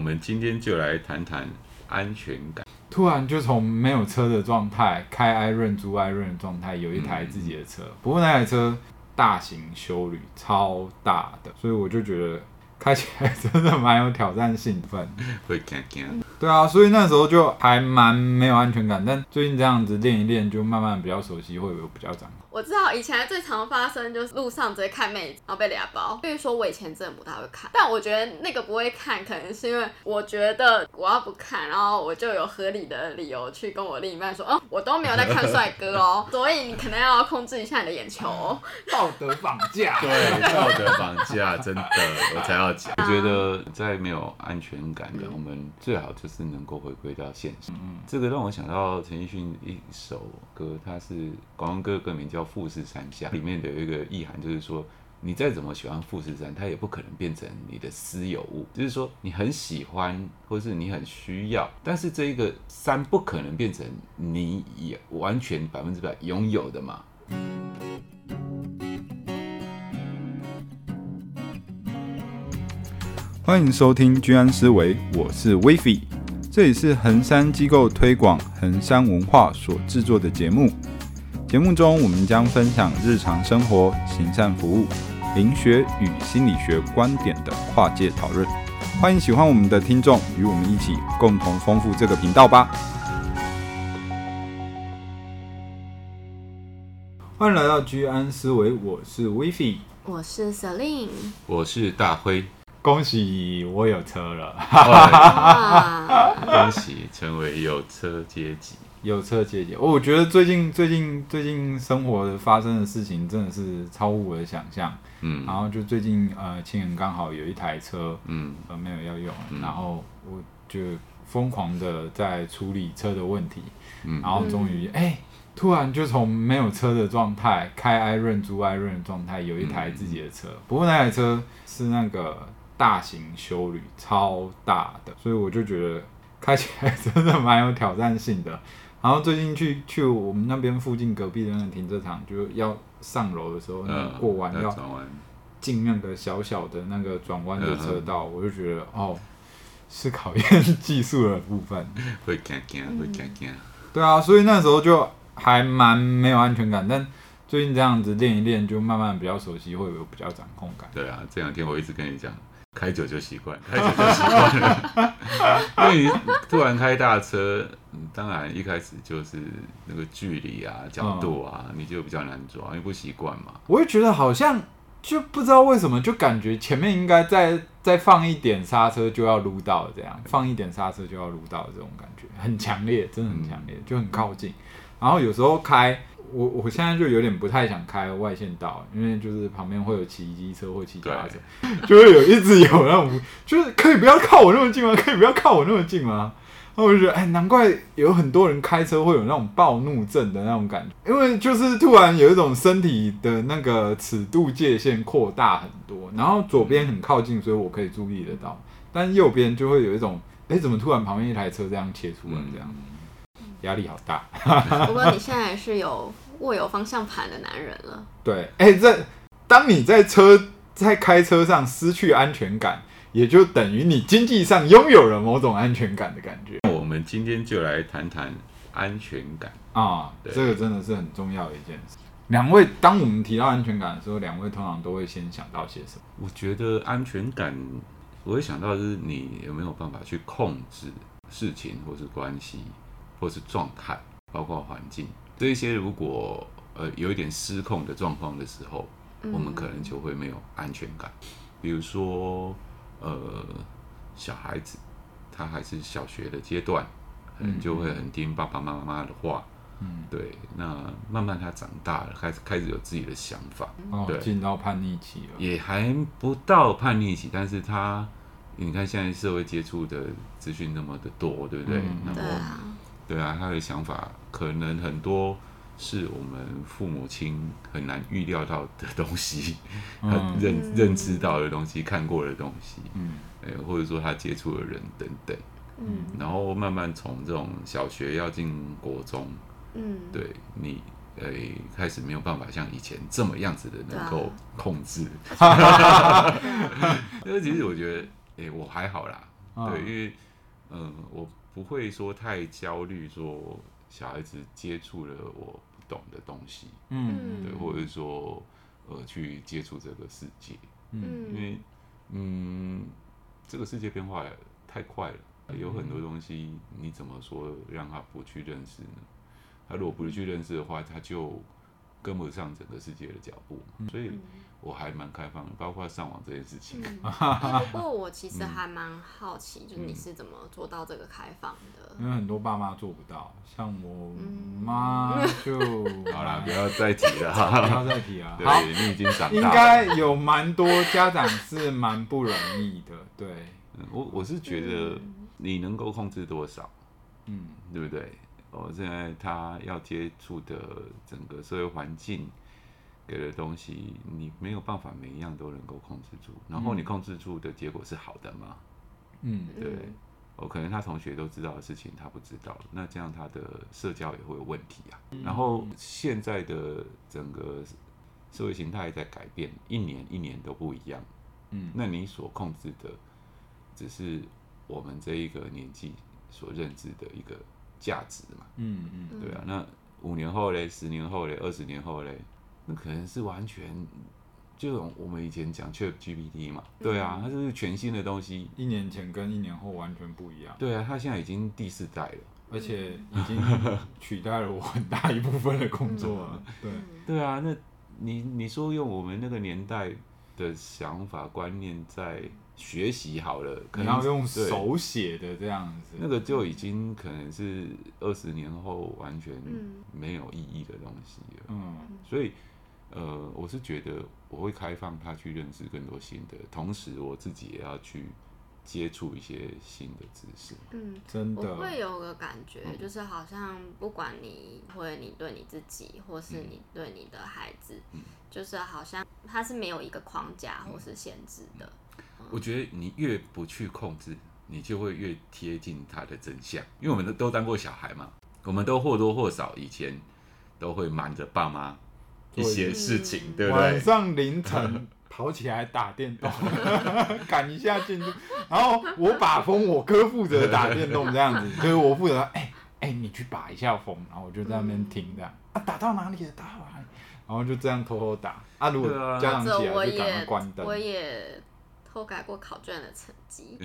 们今天就来谈谈安全感。 突然就从没有车的状态，开艾润租艾润的状态，有一台自己的车。不过那台车大型休旅，超大的，所以我就觉得开起来真的蛮有挑战性的。 会惊惊。 对啊，所以那时候就还蛮没有安全感，但最近这样子练一练，就慢慢比较熟悉，会有比较掌握。 我知道以前最常发生就是路上直接看妹子，然后被俩包。所以说我以前真的不太会看，但我觉得那个不会看，可能是因为我觉得我要不看，然后我就有合理的理由去跟我另一半说，我都没有在看帅哥哦，所以你可能要控制一下你的眼球哦。 道德绑架， 对，道德绑架，真的，我才要讲。我觉得在没有安全感的，我们最好就是能够回归到现实。这个让我想到陈奕迅一首歌，它是广东歌，歌名叫《富士山下》，里面的有一个意涵，就是说，你再怎么喜欢富士山，它也不可能变成你的私有物。就是说，你很喜欢，或是你很需要，但是这一个山不可能变成你也完全100%拥有的嘛。 欢迎收听居安思维，我是威菲，这里是衡山机构推广衡山文化所制作的节目。节目中，我们将分享日常生活、行善服务、灵学与心理学观点的跨界讨论。欢迎喜欢我们的听众与我们一起共同丰富这个频道吧。欢迎来到居安思维，我是威菲， 我是 Celine， 我是大辉。 恭喜我有车了， 恭喜成为有车阶级。 有车阶级，我觉得最近生活的发生的事情真的是超乎我的想象。然后就最近亲人刚好有一台车，没有要用，然后我就疯狂的在处理车的问题，然后终于突然就从没有车的状态，开艾润租艾润的状态，有一台自己的车。不过那台车是那个大型休旅，超大的，所以我就觉得开起来真的蛮有挑战性的。然后最近去我们那边附近隔壁的那个停车场，就要上楼的时候，那个过弯要进那个小小的那个转弯的车道，我就觉得是考验技术的部分。 会惊惊，会惊惊。 对啊，所以那时候就还蛮没有安全感，但最近这样子练一练，就慢慢比较熟悉，会有比较掌控感。 对啊，这两天我一直跟你讲。开久就习惯，开久就习惯了。因为你突然开大车，当然一开始就是那个距离啊、角度啊，你就比较难抓，因为不习惯嘛。 我也觉得好像就不知道为什么，就感觉前面应该再放一点刹车就要撸到这样，放一点刹车就要撸到这种感觉，很强烈，真的很强烈，就很靠近。然后有时候开。我现在就有点不太想开外线道，因为就是旁边会有骑机车或骑脚踏车，就会一直有那种，就是可以不要靠我那么近吗？可以不要靠我那么近吗？然后我就觉得，难怪有很多人开车会有那种暴怒症的那种感觉，因为就是突然有一种身体的那个尺度界限扩大很多，然后左边很靠近，所以我可以注意得到，但右边就会有一种，怎么突然旁边一台车这样切出来这样？压力好大。 不过你现在是握有方向盘的男人了。 对，当你在开车上失去安全感，也就等于你经济上拥有了某种安全感的感觉。 我们今天就来谈谈安全感啊，这个真的是很重要的一件事。两位，当我们提到安全感的时候，两位通常都会先想到些什么？ 我觉得安全感，我会想到就是你有没有办法去控制事情，或是关系。或是状态，包括环境，这一些如果有一点失控的状况的时候，我们可能就会没有安全感。比如说小孩子他还是小学的阶段，可能就会很听爸爸妈妈的话。对，那慢慢他长大了，开始有自己的想法，对， 进到叛逆期了， 也还不到叛逆期，但是你看现在社会接触的资讯那么的多，对不对？然后对啊，他的想法可能很多是我们父母亲很难预料到的东西，认知到的东西，看过的东西，或者说他接触的人等等，然后慢慢从这种小学要进国中，对你开始没有办法像以前这么样子的能够控制，因为其实我觉得我还好啦。 对，因为我不会说太焦虑，说小孩子接触了我不懂的东西，对，或者是说去接触这个世界，因为这个世界变化太快了，有很多东西你怎么说让他不去认识呢？他如果不去认识的话，他就跟不上整个世界的脚步，所以我还蛮开放的，包括上网这件事情。 不过我其实还蛮好奇，就是你是怎么做到这个开放的？ 因为很多爸妈做不到，像我妈就好啦，不要再提了， 不要再提了。 对，你已经长大了， 应该有蛮多家长是蛮不容易的，对。 我是觉得你能够控制多少，对不对？现在他要接触的整个社会环境给的东西，你没有办法每一样都能够控制住，然后你控制住的结果是好的吗？对，可能他同学都知道的事情他不知道，那这样他的社交也会有问题啊。然后现在的整个社会形态在改变，一年一年都不一样，那你所控制的只是我们这一个年纪所认知的一个价值嘛，对啊，那5年后嘞，10年后嘞，20年后嘞，那可能是完全就我们以前讲 ChatGPT 嘛，对啊，它是全新的东西 ，1年前跟1年后完全不一样。 对啊，它现在已经第4代了， 而且已经取代了我很大一部分的工作了。 对啊，那你说用我们那个年代的想法观念在学习好了，可能你要用手写的这样子， 那个就已经可能是20年后完全没有意义的东西了。所以我是觉得我会开放他去认识更多新的，同时我自己也要去接触一些新的知识。 真的， 我会有个感觉，就是好像不管你或者你对你自己，或是你对你的孩子，就是好像他是没有一个框架或是限制的。 我觉得你越不去控制，你就会越贴近他的真相。因为我们都当过小孩嘛，我们都或多或少以前都会瞒着爸妈一些事情，对不对？ 晚上凌晨跑起来打电动，赶一下进度，然后我把风，我哥负责打电动这样子，就是我负责，你去把一下风，然后我就在那边听这样，打到哪里了，打到哪里，然后就这样偷偷打。如果家长起来就赶快关灯。 我也偷改过考卷的成绩，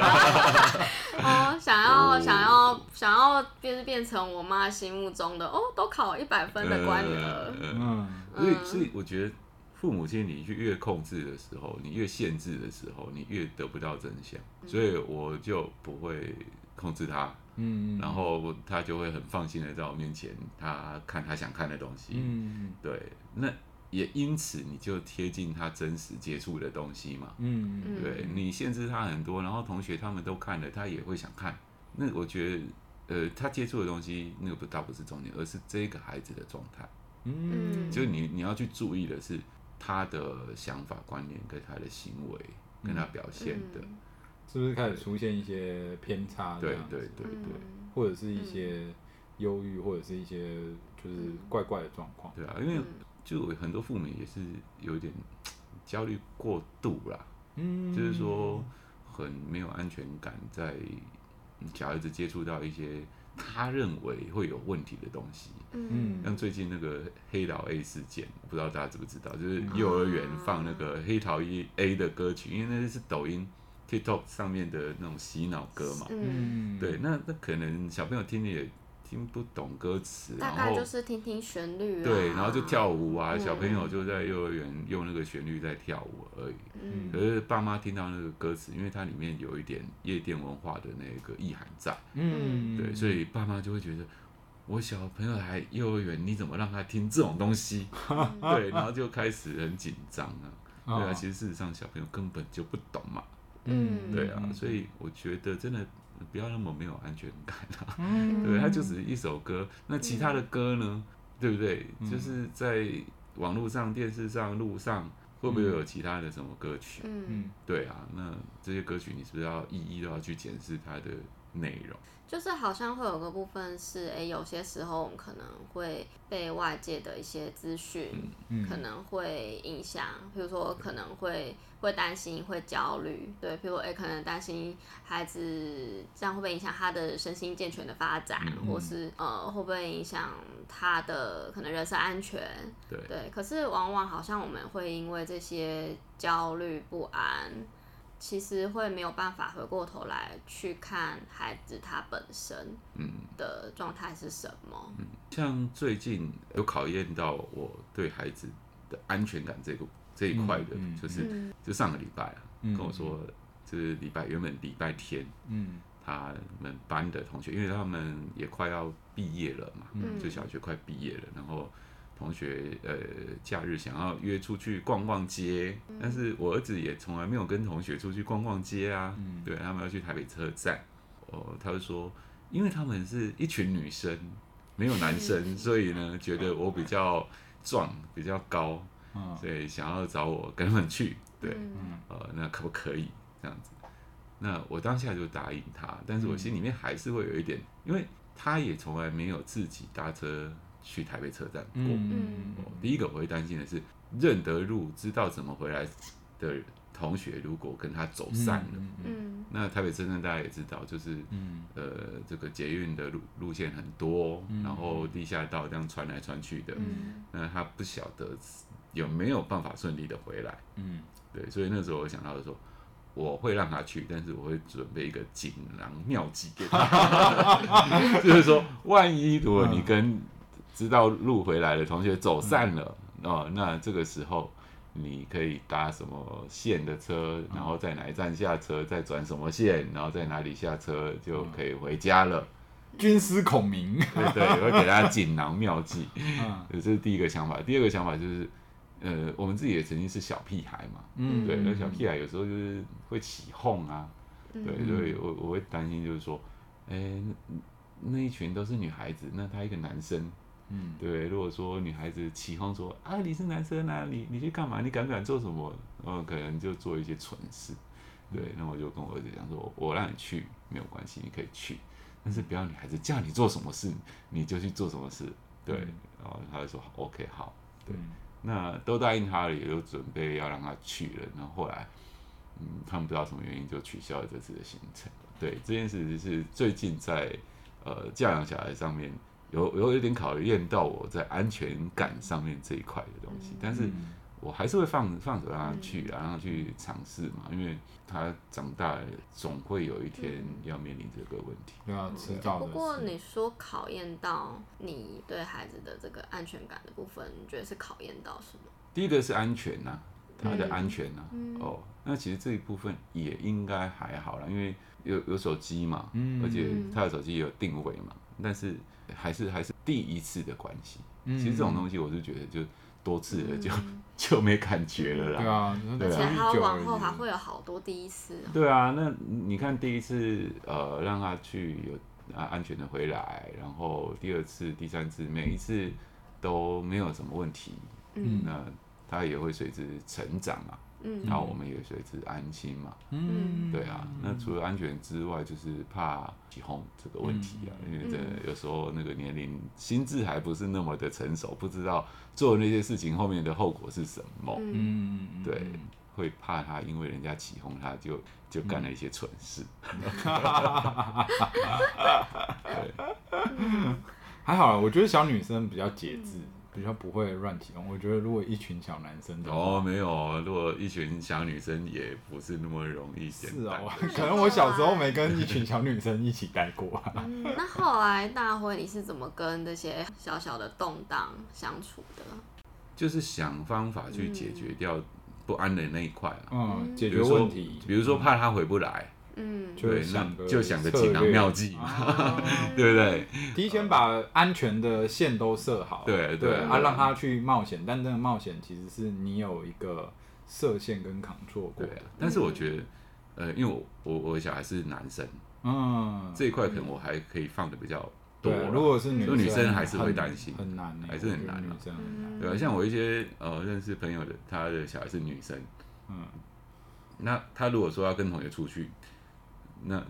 想要变成我妈心目中的都考100分的乖女儿。 所以我觉得父母亲你去越控制的时候，你越限制的时候，你越得不到真相。所以我就不会控制他，然后他就会很放心的在我面前，他看他想看的东西。对，那也因此你就贴近他真实接触的东西嘛。对，你限制他很多，然后同学他们都看了，他也会想看。那我觉得，他接触的东西，那个倒不是重点，而是这个孩子的状态。就是你要去注意的是他的想法、观念跟他的行为，跟他表现的， 是不是开始出现一些偏差？对，或者是一些忧郁，或者是一些就是怪怪的状况。 对啊，因为就很多父母也是有点焦虑过度啦，就是说很没有安全感，在小孩子接触到一些他认为会有问题的东西，像最近那个黑桃 A 事件，不知道大家知不知道，就是幼儿园放那个黑桃 A 的歌曲，因为那是抖音 TikTok 上面的那种洗脑歌嘛，对，那可能小朋友听也听不懂歌词， 大概就是听听旋律啊， 对，然后就跳舞啊，小朋友就在幼儿园用那个旋律在跳舞而已。可是爸妈听到那个歌词，因为它里面有一点夜店文化的那个意涵在，对，所以爸妈就会觉得，我小朋友来幼儿园，你怎么让他听这种东西？对，然后就开始很紧张啊。对啊，其实事实上小朋友根本就不懂嘛。对啊，所以我觉得真的不要那么没有安全感啊。对，它就只是一首歌，那其他的歌呢？对不对？就是在网络上、电视上、路上，会不会有其他的什么歌曲？对啊，那这些歌曲你是不是要一一都要去检视它的内容。 就是好像会有个部分是，有些时候我们可能会被外界的一些资讯，可能会影响，比如说可能会担心、会焦虑，对，比如可能担心孩子这样会不会影响他的身心健全的发展，或是会不会影响他的可能人身安全，对。可是往往好像我们会因为这些焦虑不安。其实会没有办法回过头来去看孩子他本身的状态是什么。 像最近有考验到我对孩子的安全感这一块的，就上个礼拜跟我说，就是原本礼拜天，他们班的同学，因为他们也快要毕业了嘛，就小学快毕业了，然后。同学假日想要约出去逛逛街，但是我儿子也从来没有跟同学出去逛逛街啊。对，他们要去台北车站，他就说，因为他们是一群女生，没有男生，所以呢，觉得我比较壮，比较高，所以想要找我跟他们去。对，那可不可以这样子？那我当下就答应他，但是我心里面还是会有一点，因为他也从来没有自己搭车。去台北车站过，第一个我会担心的是认得路、知道怎么回来的同学，如果跟他走散了，那台北车站大家也知道，就是这个捷运的路线很多，然后地下道这样穿来穿去的，那他不晓得有没有办法顺利的回来，对，所以那时候我想到的时候。我会让他去，但是我会准备一个锦囊妙计给他，就是说，万一如果你跟知道路回来的同学走散了，那这个时候你可以搭什么线的车，然后在哪一站下车，再转什么线，然后在哪里下车就可以回家了。 军师孔明， 对，我会给他锦囊妙计，这是第一个想法。第二个想法就是。我们自己也曾经是小屁孩嘛，对，那小屁孩有时候就是会起哄啊，对，所以我会担心，就是说，那一群都是女孩子，那他一个男生，对，如果说女孩子起哄说啊你是男生啊，你去干嘛？你敢不敢做什么？然后可能就做一些蠢事，对，那我就跟我儿子讲说，我让你去没有关系，你可以去，但是不要女孩子叫你做什么事你就去做什么事，对，然后他就说 OK 好，对。那都答应他了，也都准备要让他去了。然后后来，他们不知道什么原因就取消了这次的行程。对，这件事是最近在教养小孩上面有点考验到我在安全感上面这一块的东西，但是我还是会放手让他去，让他去尝试嘛，因为他长大了总会有一天要面临这个问题。 对啊，迟早的事。 不过你说考验到你对孩子的这个安全感的部分，你觉得是考验到什么？ 第一个是安全呐，他的安全呐。那其实这一部分也应该还好啦，因为有手机嘛，而且他的手机也有定位嘛，但是还是第一次的关系。其实这种东西我是觉得就多次了就没感觉了啦。 对啊， 而且他往后还会有好多第一次。 对啊，那你看第一次让他去有安全的回来，然后第二次、第三次每一次都没有什么问题，那他也会随之成长嘛。然后我们也随之安心嘛。对啊，那除了安全之外，就是怕起哄这个问题啊，因为真的有时候那个年龄心智还不是那么的成熟，不知道做那些事情后面的后果是什么。对，会怕他因为人家起哄，他就干了一些蠢事。 还好啦，我觉得小女生比较节制。比较不会乱起哄，我觉得如果一群小男生的话， 没有，如果一群小女生也不是那么容易简单。 是可能我小时候没跟一群小女生一起待过。 那后来大辉你是怎么跟这些小小的动荡相处的？ 就是想方法去解决掉不安的那一块啊。 解决问题， 比如说怕他回不来。对，就想着锦囊妙计嘛，对不对？ 提前把安全的线都设好， 对， 让他去冒险，但这个冒险其实是你有一个设限跟control过的。 但是我觉得，因为我小孩是男生，这一块可能我还可以放的比较多。 如果是女生还是会担心， 很难， 还是很难。对啊，像我一些认识朋友的，他的小孩是女生，那他如果说要跟同学出去。那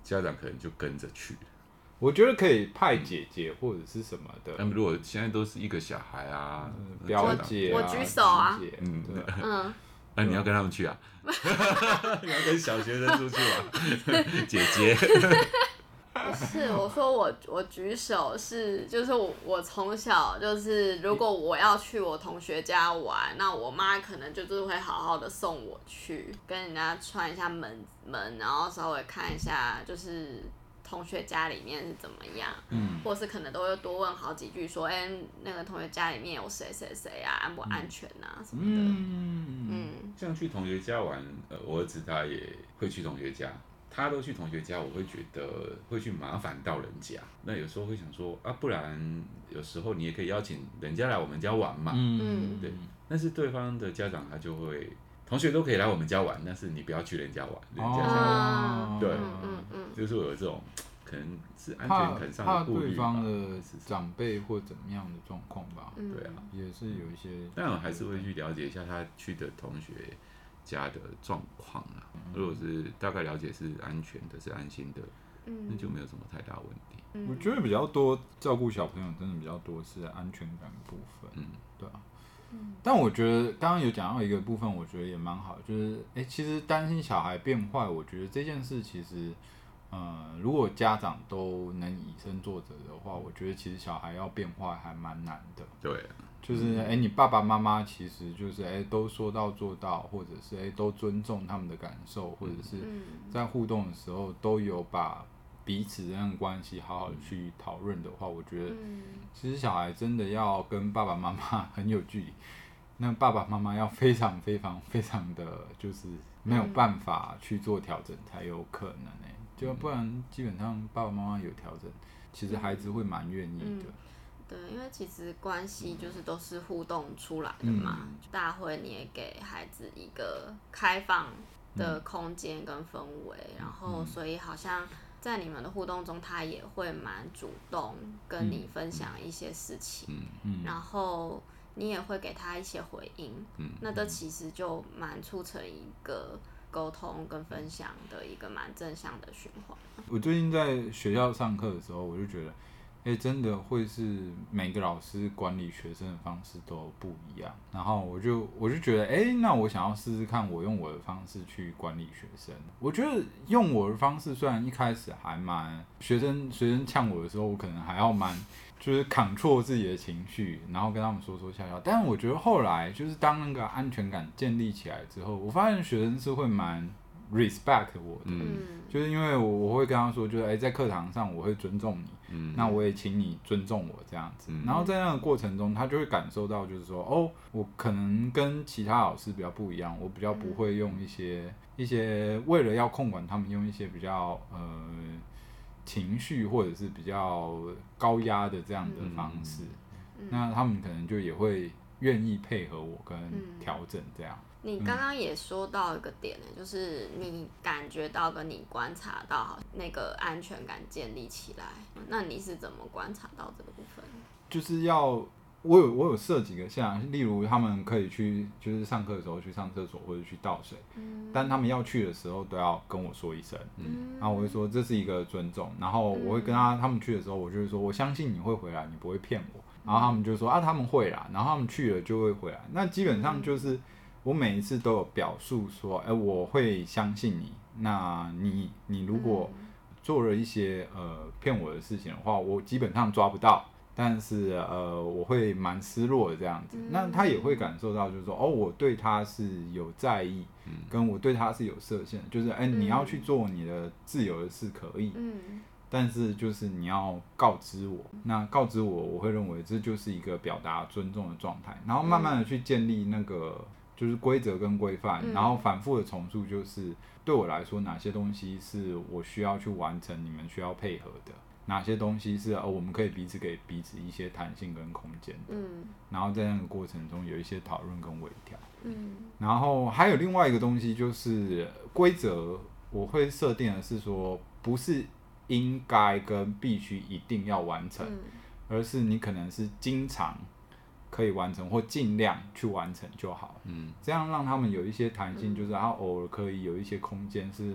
家长可能就跟着去。 我觉得可以派姐姐或者是什么的。 如果现在都是一个小孩啊， 表姐啊， 我举手啊， 那你要跟他们去啊？你要跟小学生出去啊？姐姐。 不是，我说我举手是，就是我从小就是，如果我要去我同学家玩，那我妈可能就是会好好的送我去，跟人家串一下门，然后稍微看一下就是同学家里面是怎么样，或是可能都会多问好几句，说，那个同学家里面有谁谁谁啊，安不安全啊什么的。 像去同学家玩，我儿子他也会去同学家。他都去同学家，我会觉得会去麻烦到人家。那有时候会想说啊，不然有时候你也可以邀请人家来我们家玩嘛。对。但是对方的家长他就会，同学都可以来我们家玩，但是你不要去人家玩，人家家对，就是有这种可能是安全感上的顾虑吧。 怕对方的长辈或怎么样的状况吧。 对啊， 也是有一些。 但我还是会去了解一下他去的同学家的状况啊，如果是大概了解是安全的、是安心的，那就没有什么太大问题。 我觉得比较多照顾小朋友，真的比较多是安全感的部分。对啊。但我觉得刚刚有讲到一个部分，我觉得也蛮好，就是其实担心小孩变坏，我觉得这件事其实，如果家长都能以身作则的话，我觉得其实小孩要变坏还蛮难的。 对。 就是你爸爸妈妈其实就是都说到做到，或者是都尊重他们的感受，或者是在互动的时候都有把彼此的那个关系好好的去讨论的话，我觉得其实小孩真的要跟爸爸妈妈很有距离，那爸爸妈妈要非常非常非常的就是没有办法去做调整才有可能就不然基本上爸爸妈妈有调整，其实孩子会蛮愿意的。 对，因为其实关系就是都是互动出来的嘛，大会你也给孩子一个开放的空间跟氛围，然后所以好像在你们的互动中，他也会蛮主动跟你分享一些事情，然后你也会给他一些回应，那这其实就蛮促成一个沟通跟分享的一个蛮正向的循环。 我最近在学校上课的时候，我就觉得真的会是每个老师管理学生的方式都不一样，然后我就觉得那我想要试试看，我用我的方式去管理学生。我觉得用我的方式，虽然一开始还蛮学生呛我的时候，我可能还要蛮就是control自己的情绪，然后跟他们说笑笑。但是我觉得后来就是当那个安全感建立起来之后，我发现学生是会蛮respect 我的，就是因为我会跟他说，就是在课堂上我会尊重你，那我也請你尊重我这样子，然后在那个过程中，他就会感受到就是说，我可能跟其他老师比较不一样，我比较不会用一些为了要控管他们，用一些比较情绪或者是比较高压的这样的方式，那他们可能就也会愿意配合我跟调整这样。 你刚刚也说到一个点就是你感觉到跟你观察到那个安全感建立起来，那你是怎么观察到这个部分？ 就是我有设几个项，例如他们可以去就是上课的时候去上厕所或者去倒水，但他们要去的时候都要跟我说一声，然后我会说这是一个尊重，然后我会跟他们去的时候，我就会说我相信你会回来，你不会骗我，然后他们就说他们会啦，然后他们去了就会回来，那基本上就是我每一次都有表述说，我会相信你。那你如果做了一些骗我的事情的话，我基本上抓不到，但是我会蛮失落的这样子。那他也会感受到，就是说，我对他是有在意，跟我对他是有设限的，就是你要去做你的自由的事可以，但是就是你要告知我，那告知我会认为这就是一个表达尊重的状态，然后慢慢的去建立那个。就是规则跟规范，然后反复的重述，就是对我来说哪些东西是我需要去完成，你们需要配合的，哪些东西是我们可以彼此给彼此一些弹性跟空间的，然后在那个过程中有一些讨论跟微调，然后还有另外一个东西就是规则，我会设定的是说不是应该跟必须一定要完成，而是你可能是经常可以完成或尽量去完成就好，这样让他们有一些弹性，就是他偶尔可以有一些空间是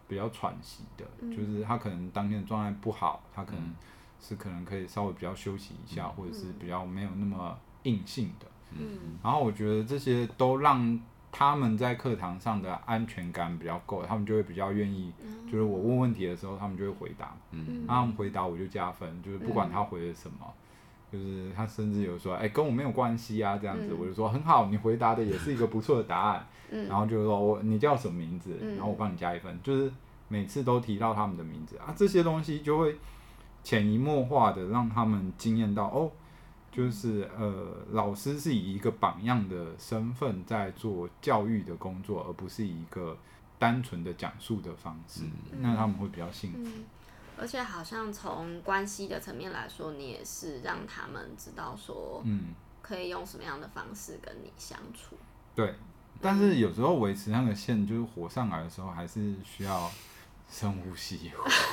比较喘息的，就是他可能当天的状态不好，他可能可以稍微比较休息一下，或者是比较没有那么硬性的。然后我觉得这些都让他们在课堂上的安全感比较够，他们就会比较愿意，就是我问问题的时候，他们就会回答。他们回答我就加分，就是不管他回了什么，就是他甚至有说，跟我没有关系啊，这样子，我就说很好，你回答的也是一个不错的答案。然后就说你叫什么名字，然后我帮你加1分，就是每次都提到他们的名字啊，这些东西就会潜移默化的让他们惊艳到就是老师是以一个榜样的身份在做教育的工作，而不是以一个单纯的讲述的方式，那他们会比较幸福。 而且好像从关系的层面来说，你也是让他们知道说，可以用什么样的方式跟你相处。 对，但是有时候维持那个线，就是火上来的时候，还是需要深呼吸。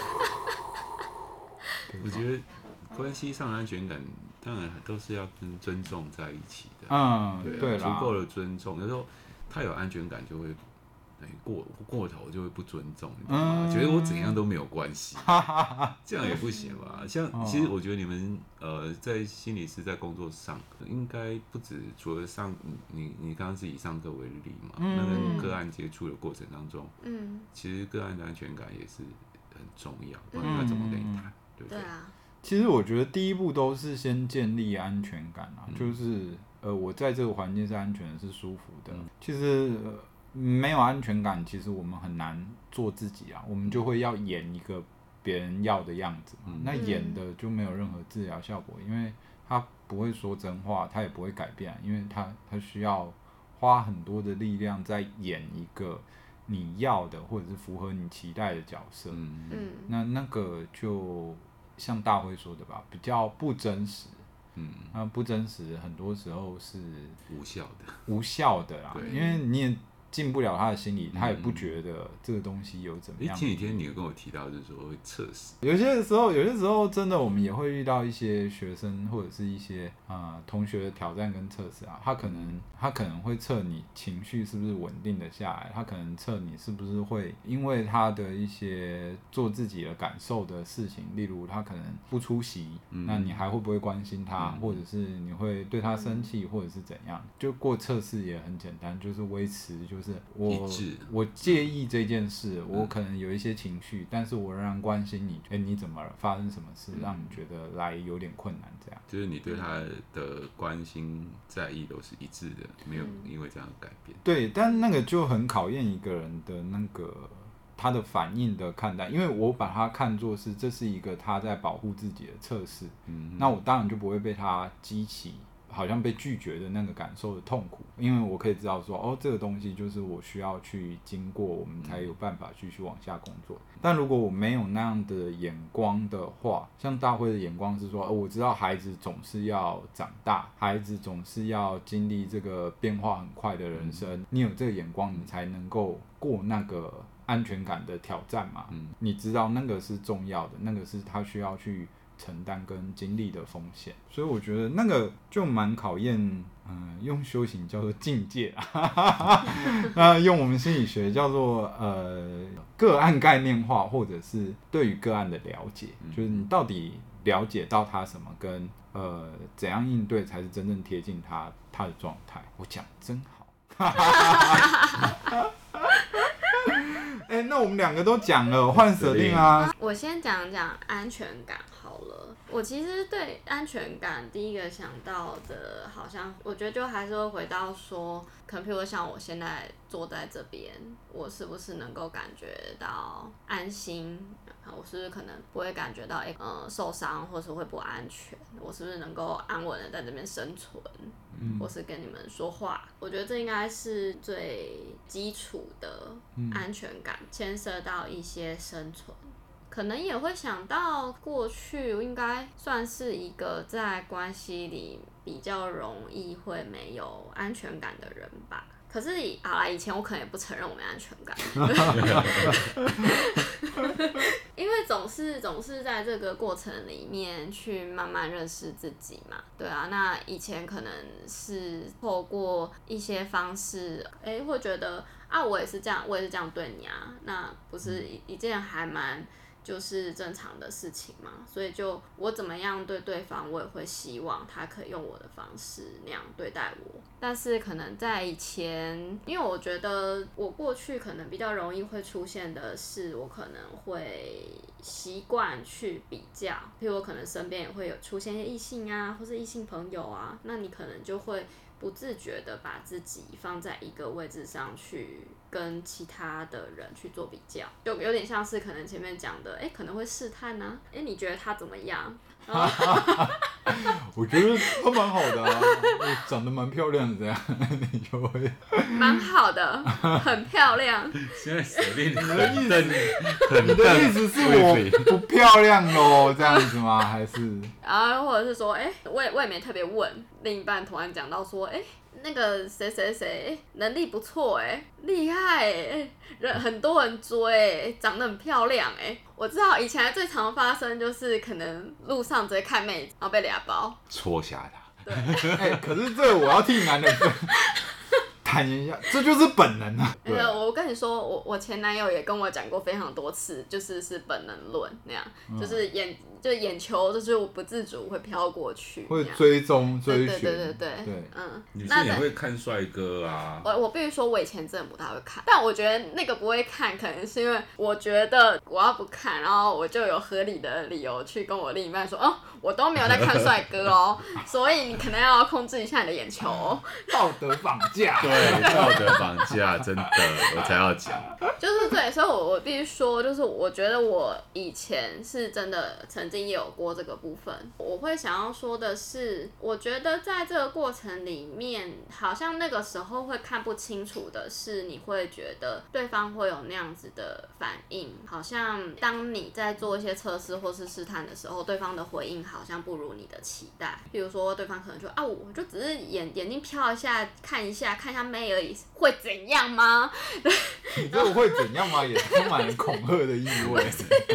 我觉得关系上的安全感，当然都是要跟尊重在一起的。 对啦， 足够的尊重。有时候他有安全感，就会过头，就会不尊重，你知道吗？觉得我怎样都没有关系，这样也不行吧？像其实我觉得你们在心理师在工作上，应该不止除了你刚刚自己上课为例嘛，那跟个案接触的过程当中，其实个案的安全感也是很重要，不然他怎么跟你谈？对不对？ 对啊。 其实我觉得第一步都是先建立安全感啊，就是我在这个环境是安全的，是舒服的。其实没有安全感，其实我们很难做自己啊，我们就会要演一个别人要的样子嘛。那演的就没有任何治疗效果，因为他不会说真话，他也不会改变，因为他需要花很多的力量在演一个你要的或者是符合你期待的角色。那个就像大辉说的吧，比较不真实。那不真实很多时候是无效的啦，因为你也进不了他的心里，他也不觉得这个东西有怎么样。 前几天你有跟我提到，就是说会测试。 有些时候真的我们也会遇到一些学生或者是一些同学的挑战跟测试啊，他可能会测你情绪是不是稳定的下来，他可能测你是不是会因为他的一些做自己的感受的事情，例如他可能不出席，那你还会不会关心他，或者是你会对他生气，或者是怎样？就过测试也很简单，就是维持就是我介意这件事，我可能有一些情绪，但是我仍然关心你，你怎么了？发生什么事让你觉得来有点困难？这样就是你对他的关心在意都是一致的，没有因为这样改变。 对，但那个就很考验一个人的那个他的反应的看待，因为我把它看作是这是一个他在保护自己的测试，那我当然就不会被他激起好像被拒绝的那个感受的痛苦，因为我可以知道说，这个东西就是我需要去经过，我们才有办法继续往下工作。但如果我没有那样的眼光的话，像大辉的眼光是说，我知道孩子总是要长大，孩子总是要经历这个变化很快的人生，你有这个眼光，你才能够过那个安全感的挑战嘛。你知道那个是重要的，那个是他需要去承担跟经历的风险，所以我觉得那个就蛮考验，用修行叫做境界那用我们心理学叫做个案概念化，或者是对于个案的了解，就是你到底了解到他什么，跟怎样应对才是真正贴近他的状态。我讲真好。那我们两个都讲了，换设定啊。 我先讲讲安全感好了。我其实对安全感第一个想到的，好像我觉得就还是会回到说，可能譬如说像我现在坐在这边，我是不是能够感觉到安心？我是不是可能不会感觉到受伤，或是会不安全？我是不是能够安稳的在这边生存？或是跟你们说话？我觉得这应该是最基础的安全感，牵涉到一些生存。可能也会想到过去应该算是一个在关系里比较容易会没有安全感的人吧。可是以前我可能也不承认我没安全感，因为总是在这个过程里面去慢慢认识自己嘛。对啊，那以前可能是透过一些方式，会觉得啊，我也是这样对你啊，那不是一件还蛮就是正常的事情嘛，所以就我怎么样对对方，我也会希望他可以用我的方式那样对待我。但是可能在以前，因为我觉得我过去可能比较容易会出现的是，我可能会习惯去比较，譬如我可能身边也会有出现一些异性啊，或是异性朋友啊，那你可能就会不自觉的把自己放在一个位置上去跟其他的人去做比较，就有点像是可能前面讲的，可能会试探啊，你觉得他怎么样？ 我觉得她蛮好的啊，长得蛮漂亮的，这样你就会蛮好的，很漂亮。 现在锁定你的意思，你的意思是我不漂亮咯，这样子吗？还是？ 然后或者是说，我也没特别问，另一半突然讲到说，那个谁谁谁能力不错厉害人很多人追长得很漂亮我知道以前最常发生就是可能路上直接看妹子，然后被俩包戳瞎他。 对， 可是这我要替男人谈一下，这就是本能啊。 我跟你说，我前男友也跟我讲过非常多次，是本能论那样，就是眼球就是我不自主会飘过去， 会追踪追寻， 对， 女生也会看帅哥啊。 我必须说，我以前真的不太会看，但我觉得那个不会看，可能是因为我觉得我要不看，然后我就有合理的理由去跟我另一半说，我都没有在看帅哥哦，所以你可能要控制一下你的眼球道德绑架。 对，道德绑架，真的，我才要讲。 就是对，所以我必须说，就是我觉得我以前是真的曾经也有过这个部分。我会想要说的是，我觉得在这个过程里面，好像那个时候会看不清楚的是，你会觉得对方会有那样子的反应，好像当你在做一些测试或是试探的时候，对方的回应好像不如你的期待。比如说，对方可能说我就只是眼睛瞟一下，看一下妹而已，会怎样吗？ 你这个会怎样吗？也充满了恐吓的意味。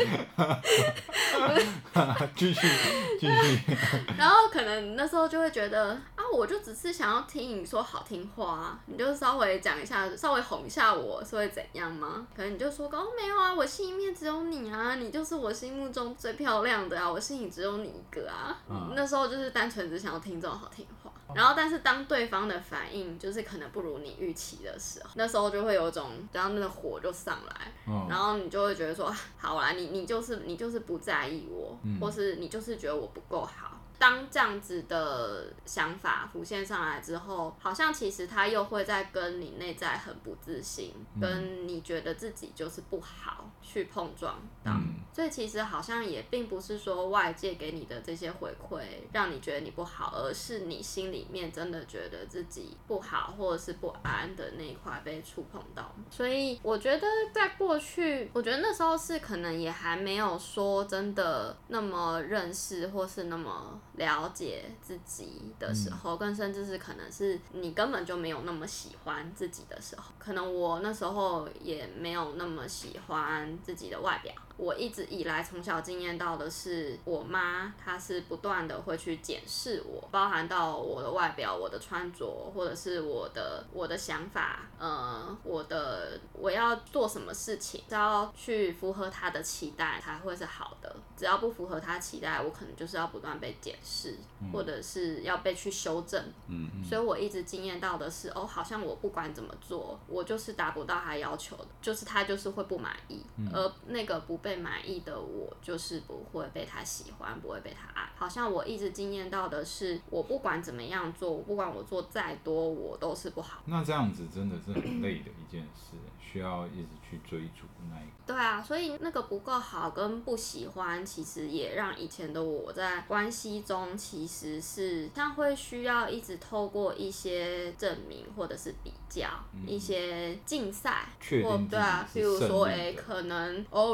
继续。 然后可能那时候就会觉得我就只是想要听你说好听话啊，你就稍微讲一下，稍微哄一下我，是会怎样吗？可能你就说没有啊，我心里面只有你啊，你就是我心目中最漂亮的啊，我心里只有你一个啊。那时候就是单纯只想要听这种好听话。然后，但是当对方的反应就是可能不如你预期的时候，那时候就会有种，然后那个火就上来，然后你就会觉得说，好啦，你就是不在意我，或是你就是觉得我不够好。当这样子的想法浮现上来之后，好像其实他又会在跟你内在很不自信，跟你觉得自己就是不好去碰撞到，所以其实好像也并不是说外界给你的这些回馈让你觉得你不好，而是你心里面真的觉得自己不好或者是不安的那一块被触碰到。所以我觉得在过去，我觉得那时候是可能也还没有说真的那么认识或是那么了解自己的时候，更甚至是可能是你根本就没有那么喜欢自己的时候，可能我那时候也没有那么喜欢自己的外表。我一直以来从小经验到的是，我妈她是不断的会去检视我，包含到我的外表、我的穿着，或者是我的想法，我要做什么事情，只要去符合她的期待才会是好的。只要不符合她期待，我可能就是要不断被检视，或者是要被去修正。所以我一直经验到的是，好像我不管怎么做，我就是达不到她要求的，就是她就是会不满意，而那个不被满意的我，就是不会被他喜欢，不会被他爱。好像我一直经验到的是，我不管怎么样做，不管我做再多，我都是不好。 那这样子真的是很累的一件事，需要一直去追逐那一个。 对啊，所以那个不够好跟不喜欢，其实也让以前的我在关系中其实是像会需要一直透过一些证明或者是比较，一些竞赛， 确定对啊，譬如说可能如果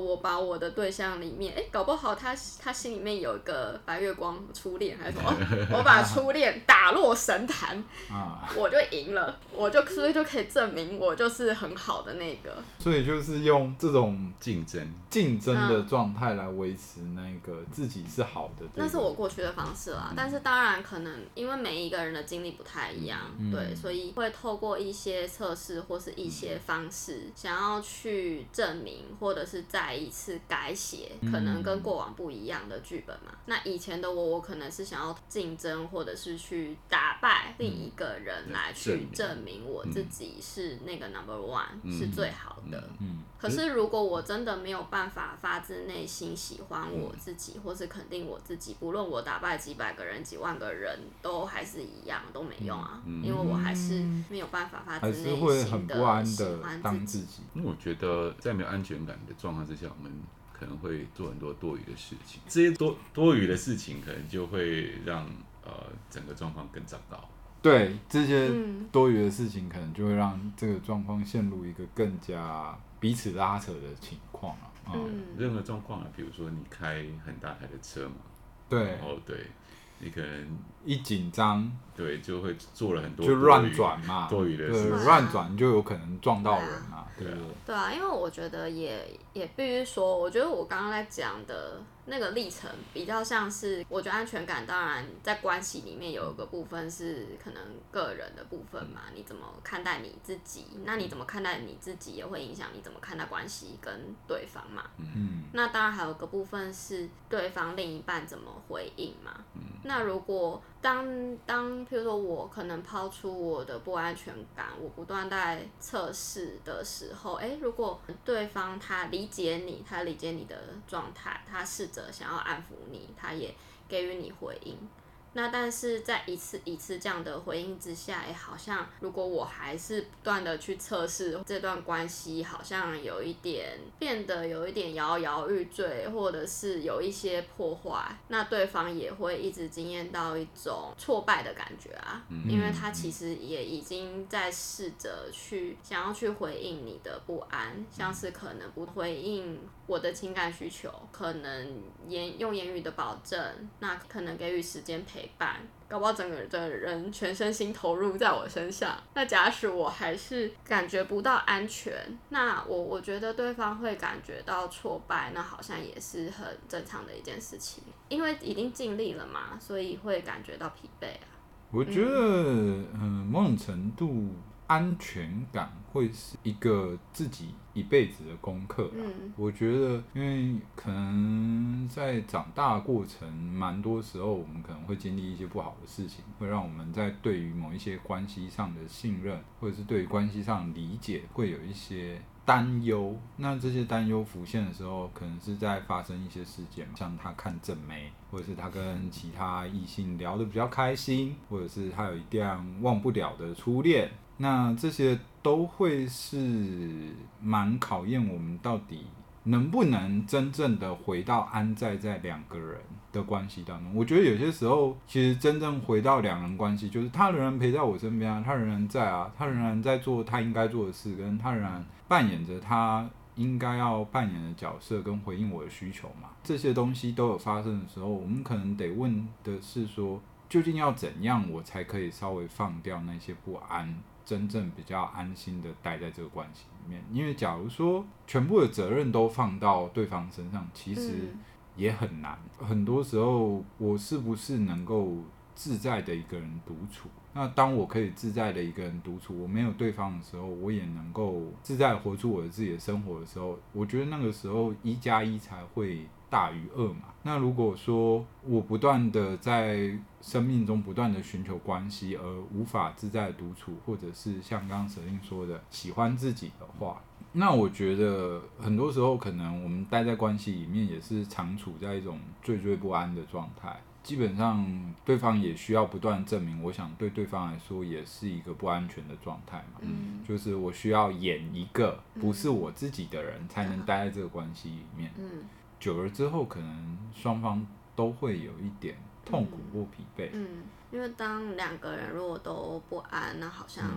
我把我的对象里面，搞不好他心里面有一个白月光初恋还是什么，我把初恋打落神坛，我就赢了，所以就可以证明我就是很好的那个。 所以就是用这种竞争的状态来维持那个自己是好的。 那是我过去的方式啦，但是当然可能因为每一个人的经历不太一样，对，所以会透过一些测试或是一些方式，想要去证明或者是再一次改写可能跟过往不一样的剧本嘛。那以前的我可能是想要竞争或者是去打败另一个人来去证明我自己是那个 No.1 是最好的。可是如果我真的没有办法发自内心喜欢我自己，或是肯定我自己，不论我打败几百个人几万个人都还是一样，都没用啊，因为我还是没有办法发自内心的喜欢自己。 因为我觉得在没有安全感的状况之下，我们可能会做很多多余的事情，这些多余的事情可能就会让整个状况更糟糕。 对，这些多余的事情可能就会让这个状况陷入一个更加彼此拉扯的情况啊。 任何状况啊，比如说你开很大台的车嘛， 对， 对，你可能一紧张， 对，就会做了很多就乱转嘛， 多余的事， 乱转就有可能撞到人啊， 对啊，因为我觉得也必须说，我觉得我刚刚在讲的那个历程比较像是，我觉得安全感当然在关系里面有一个部分是可能个人的部分嘛，你怎么看待你自己，那你怎么看待你自己也会影响你怎么看待关系跟对方嘛。那当然还有个部分是对方另一半怎么回应嘛。那如果当譬如说我可能抛出我的不安全感，我不断在测试的时候，如果对方他理解你的状态，他试着想要安抚你，他也给予你回应。那但是在一次一次这样的回应之下，好像如果我还是不断的去测试这段关系，好像变得有一点摇摇欲坠，或者是有一些破坏，那对方也会一直经验到一种挫败的感觉啊。因为他其实也已经在试着想要去回应你的不安，像是可能不回应我的情感需求，可能用言语的保证，那可能给予时间陪伴，搞不好整个人全身心投入在我身上。那假使我还是感觉不到安全，那我觉得对方会感觉到挫败，那好像也是很正常的一件事情，因为已经尽力了嘛，所以会感觉到疲惫啊。 我觉得某种程度安全感会是一个自己一辈子的功课啦。我觉得因为可能在长大的过程蛮多时候我们可能会经历一些不好的事情，会让我们在对于某一些关系上的信任或者是对于关系上的理解会有一些担忧。那这些担忧浮现的时候，可能是在发生一些事件，像他看正妹，或者是他跟其他异性聊得比较开心，或者是他有一段忘不了的初恋。那这些都会是蛮考验我们到底能不能真正的回到安在两个人的关系当中。我觉得有些时候其实真正回到两人关系，就是他仍然陪在我身边啊，他仍然在啊，他仍然在做他应该做的事，跟他仍然扮演着他应该要扮演的角色跟回应我的需求嘛。这些东西都有发生的时候，我们可能得问的是说，究竟要怎样我才可以稍微放掉那些不安，真正比较安心的待在这个关系里面。因为假如说全部的责任都放到对方身上，其实也很难。很多时候我是不是能够自在的一个人独处，那当我可以自在的一个人独处，我没有对方的时候，我也能够自在活出我自己的生活的时候，我觉得那个时候1+1才会大于2嘛。那如果说我不断的在生命中不断的寻求关系，而无法自在的独处，或者是像刚刚舍令说的喜欢自己的话，那我觉得很多时候可能我们待在关系里面也是常处在一种惴惴不安的状态。基本上对方也需要不断证明，我想对对方来说也是一个不安全的状态嘛。就是我需要演一个不是我自己的人，才能待在这个关系里面。久了之后，可能双方都会有一点痛苦或疲惫。 因为当两个人如果都不安，那好像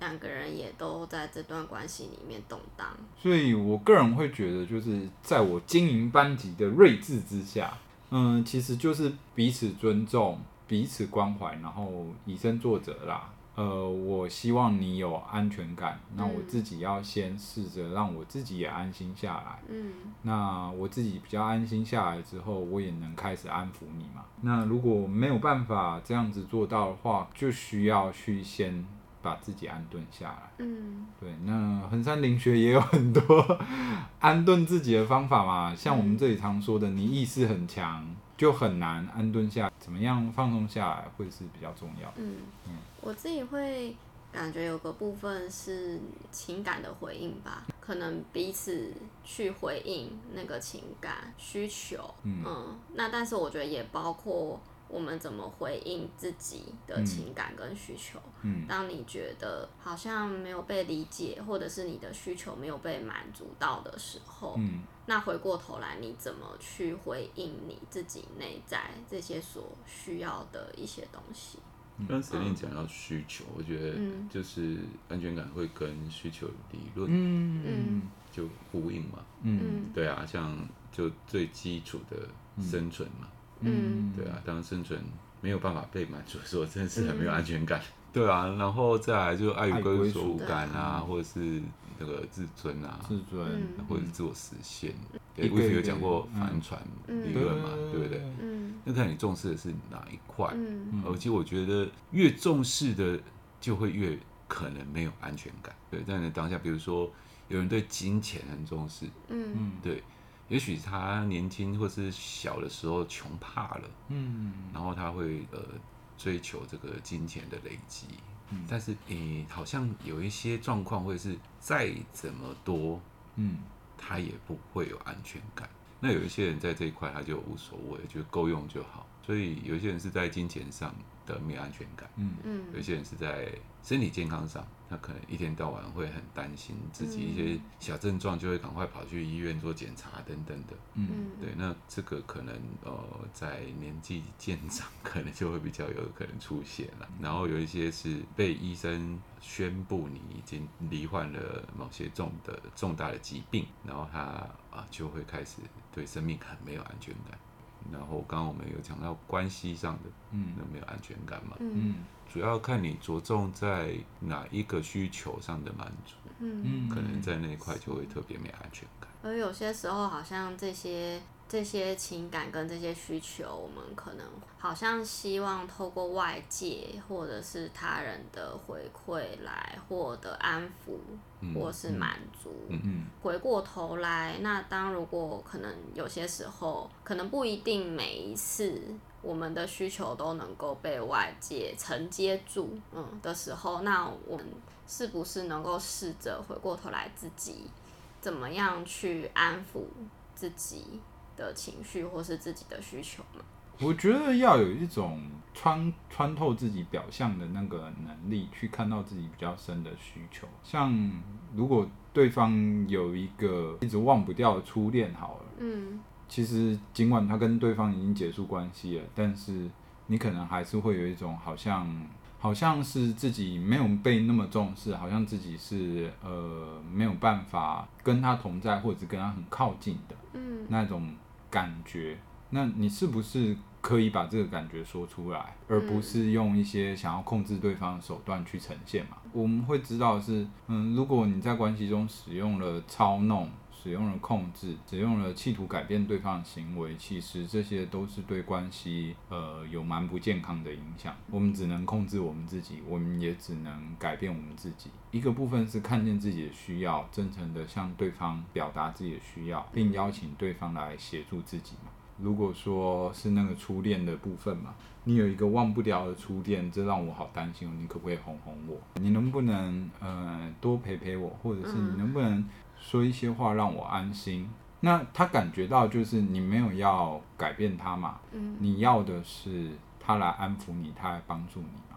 两个人也都在这段关系里面动荡。 所以我个人会觉得，就是在我经营班级的睿智之下，其实就是彼此尊重、彼此关怀，然后以身作则啦。我希望你有安全感，那我自己要先试着让我自己也安心下来。那我自己比较安心下来之后，我也能开始安抚你嘛。那如果没有办法这样子做到的话，就需要去先把自己安顿下来。对，那衡山灵学也有很多安顿自己的方法嘛，像我们这里常说的，你意识很强，就很难安顿下来，怎么样放松下来会是比较重要的。 我自己会感觉有个部分是情感的回应吧，可能彼此去回应那个情感需求。那但是我觉得也包括我们怎么回应自己的情感跟需求。当你觉得好像没有被理解，或者是你的需求没有被满足到的时候，那回过头来你怎么去回应你自己内在这些所需要的一些东西。 刚刚Celine讲到需求，我觉得就是安全感会跟需求理论就呼应嘛。对啊，像就最基础的生存嘛。对啊，当生存没有办法被满足的时候，真的是很没有安全感。对啊，然后再来就爱与归属感啊，或者是那个自尊啊，或者是自我实现。威菲有讲过帆船理论嘛，对不对？那看你重视的是哪一块。而且我觉得越重视的，就会越可能没有安全感。对，在你当下，比如说有人对金钱很重视，对。也许他年轻或是小的时候穷怕了，然后他会追求这个金钱的累积，但是好像有一些状况会是再怎么多，他也不会有安全感。那有一些人在这一块他就无所谓，觉得够用就好。所以有一些人是在金钱上的没有安全感，有一些人是在身体健康上，他可能一天到晚会很担心自己一些小症状，就会赶快跑去医院做检查等等的。对，那这个可能在年纪渐长，可能就会比较有可能出现了。然后有一些是被医生宣布你已经罹患了某些重大的疾病，然后他就会开始对生命很没有安全感。然后刚刚我们有讲到关系上的那没有安全感嘛，主要看你着重在哪一个需求上的满足，可能在那一块就会特别没安全感。 而有些时候好像这些情感跟这些需求，我们可能好像希望透过外界或者是他人的回馈来获得安抚或是满足。回过头来，那如果可能有些时候可能不一定每一次我们的需求都能够被外界承接住的时候，那我们是不是能够试着回过头来自己怎么样去安抚自己的情绪或是自己的需求嘛？ 我觉得要有一种穿透自己表象的那个能力，去看到自己比较深的需求。像如果对方有一个一直忘不掉的初恋好了，其实尽管他跟对方已经结束关系了，但是你可能还是会有一种好像是自己没有被那么重视，好像自己是没有办法跟他同在，或者是跟他很靠近的那种感觉。那你是不是可以把这个感觉说出来，而不是用一些想要控制对方的手段去呈现嘛？我们会知道的是，如果你在关系中使用了操弄，使用了控制，使用了企图改变对方的行为，其实这些都是对关系有蛮不健康的影响。我们只能控制我们自己，我们也只能改变我们自己。一个部分是看见自己的需要，真诚的向对方表达自己的需要，并邀请对方来协助自己嘛。如果说是那个初恋的部分嘛，你有一个忘不了的初恋，这让我好担心，你可不可以哄哄我？你能不能多陪陪我，或者是你能不能说一些话让我安心？那他感觉到就是你没有要改变他嘛，你要的是他来安抚你，他来帮助你嘛。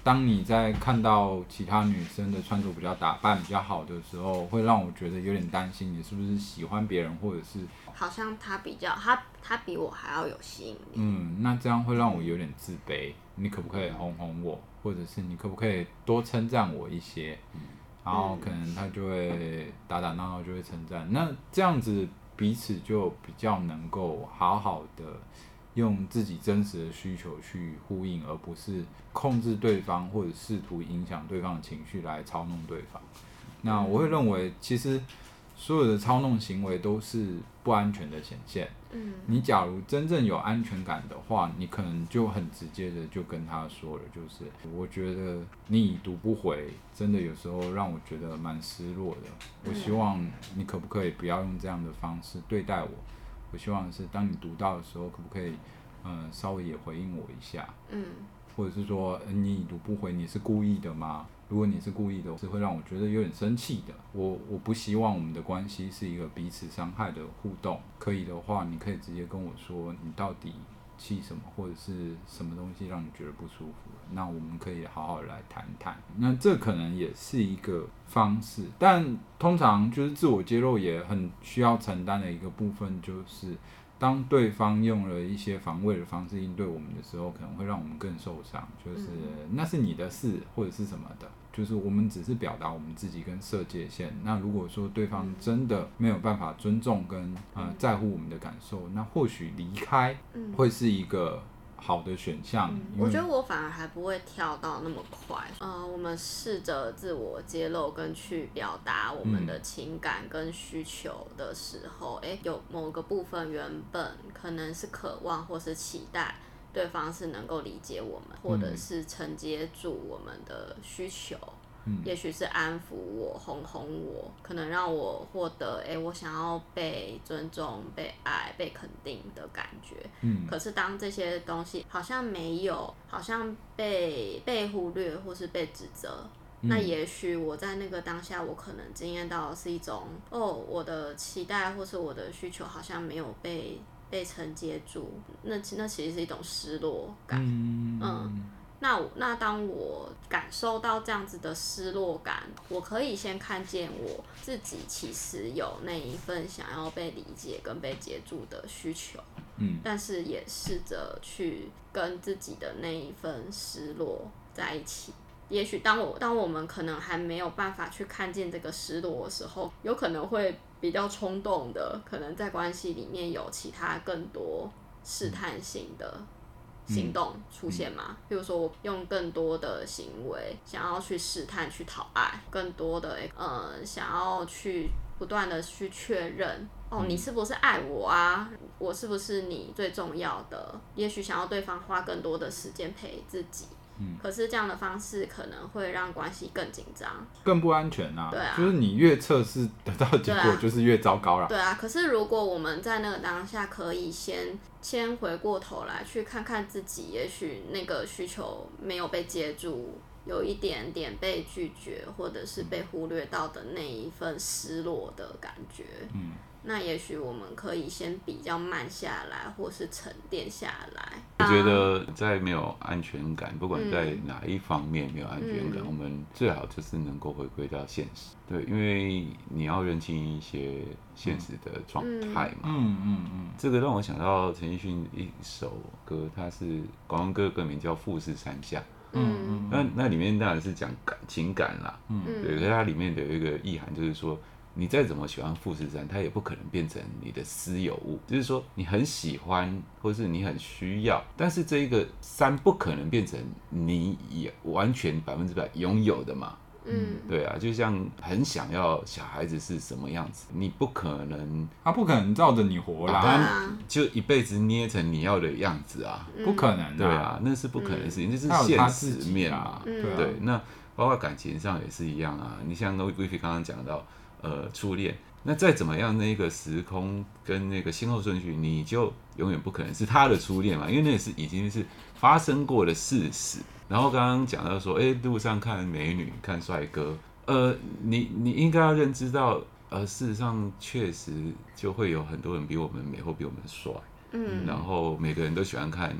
当你在看到其他女生的穿着比较打扮比较好的时候，会让我觉得有点担心，你是不是喜欢别人，或者是好像他比我还要有吸引力。 那这样会让我有点自卑。你可不可以哄哄我，或者是你可不可以多称赞我一些？然后可能他就会打打闹闹就会称赞，那这样子彼此就比较能够好好的用自己真实的需求去呼应，而不是控制对方或者试图影响对方的情绪来操弄对方。那我会认为，其实所有的操弄行为都是不安全的显现。你假如真正有安全感的话，你可能就很直接的就跟他说了，就是我觉得你已读不回，真的有时候让我觉得蛮失落的。我希望你可不可以不要用这样的方式对待我？我希望是当你读到的时候，可不可以稍微也回应我一下？或者是说你已读不回，你是故意的吗？如果你是故意的，是会让我觉得有点生气的。我不希望我们的关系是一个彼此伤害的互动。可以的话，你可以直接跟我说你到底气什么，或者是什么东西让你觉得不舒服，那我们可以好好来谈谈。那这可能也是一个方式，但通常就是自我揭露也很需要承担的一个部分，就是当对方用了一些防卫的方式应对我们的时候，可能会让我们更受伤，就是那是你的事或者是什么的，就是我们只是表达我们自己跟设界限。那如果说对方真的没有办法尊重跟在乎我们的感受，那或许离开会是一个好的选项。 我觉得我反而还不会跳到那么快。我们试着自我揭露跟去表达我们的情感跟需求的时候，有某个部分原本可能是渴望或是期待对方是能够理解我们，或者是承接住我们的需求。也许是安抚我、哄哄我，可能让我获得我想要被尊重、被爱、被肯定的感觉。可是当这些东西好像没有，好像被忽略或是被指责，那也许我在那个当下，我可能经验到的是一种我的期待或是我的需求好像没有被承接住，那其实是一种失落感。那当我感受到这样子的失落感，我可以先看见我自己其实有那一份想要被理解跟被接住的需求，但是也试着去跟自己的那一份失落在一起。也许当我们可能还没有办法去看见这个失落的时候，有可能会比较冲动的，可能在关系里面有其他更多试探性的行动出现嘛？比如说我用更多的行为想要去试探、去讨爱，更多的想要去不断的去确认你是不是爱我啊？我是不是你最重要的？也许想要对方花更多的时间陪自己。可是这样的方式可能会让关系更紧张、 更不安全啊。 对啊， 就是你越测试得到的结果就是越糟糕啦。 对啊，可是如果我们在那个当下可以先回过头来去看看自己，也许那个需求没有被接住，有一点点被拒绝或者是被忽略到的那一份失落的感觉。那也许我们可以先比较慢下来，或是沉淀下来。 我觉得在没有安全感，不管在哪一方面没有安全感，我们最好就是能够回归到现实。对，因为你要认清一些现实的状态嘛。这个让我想到陈奕迅一首歌，它是广东歌，歌名叫《富士山下》。那里面当然是讲情感啦。对，可是它里面的有一个意涵，就是说，你再怎么喜欢富士山，它也不可能变成你的私有物。就是说，你很喜欢，或是你很需要，但是这一个山不可能变成你也完全100%拥有的嘛。对啊，就像很想要小孩子是什么样子，你不可能， 他不可能照着你活啦， 他就一辈子捏成你要的样子啊， 不可能。 对啊，那是不可能的事情，这是现实面嘛。对，那包括感情上也是一样啊。你像 Vivi 刚刚讲到，初恋，那再怎么样那个时空跟那个先后顺序，你就永远不可能是他的初恋嘛，因为那是已经是发生过的事实。然后刚刚讲到说，路上看美女、看帅哥，你应该要认知到，事实上确实就会有很多人比我们美或比我们帅，然后每个人都喜欢看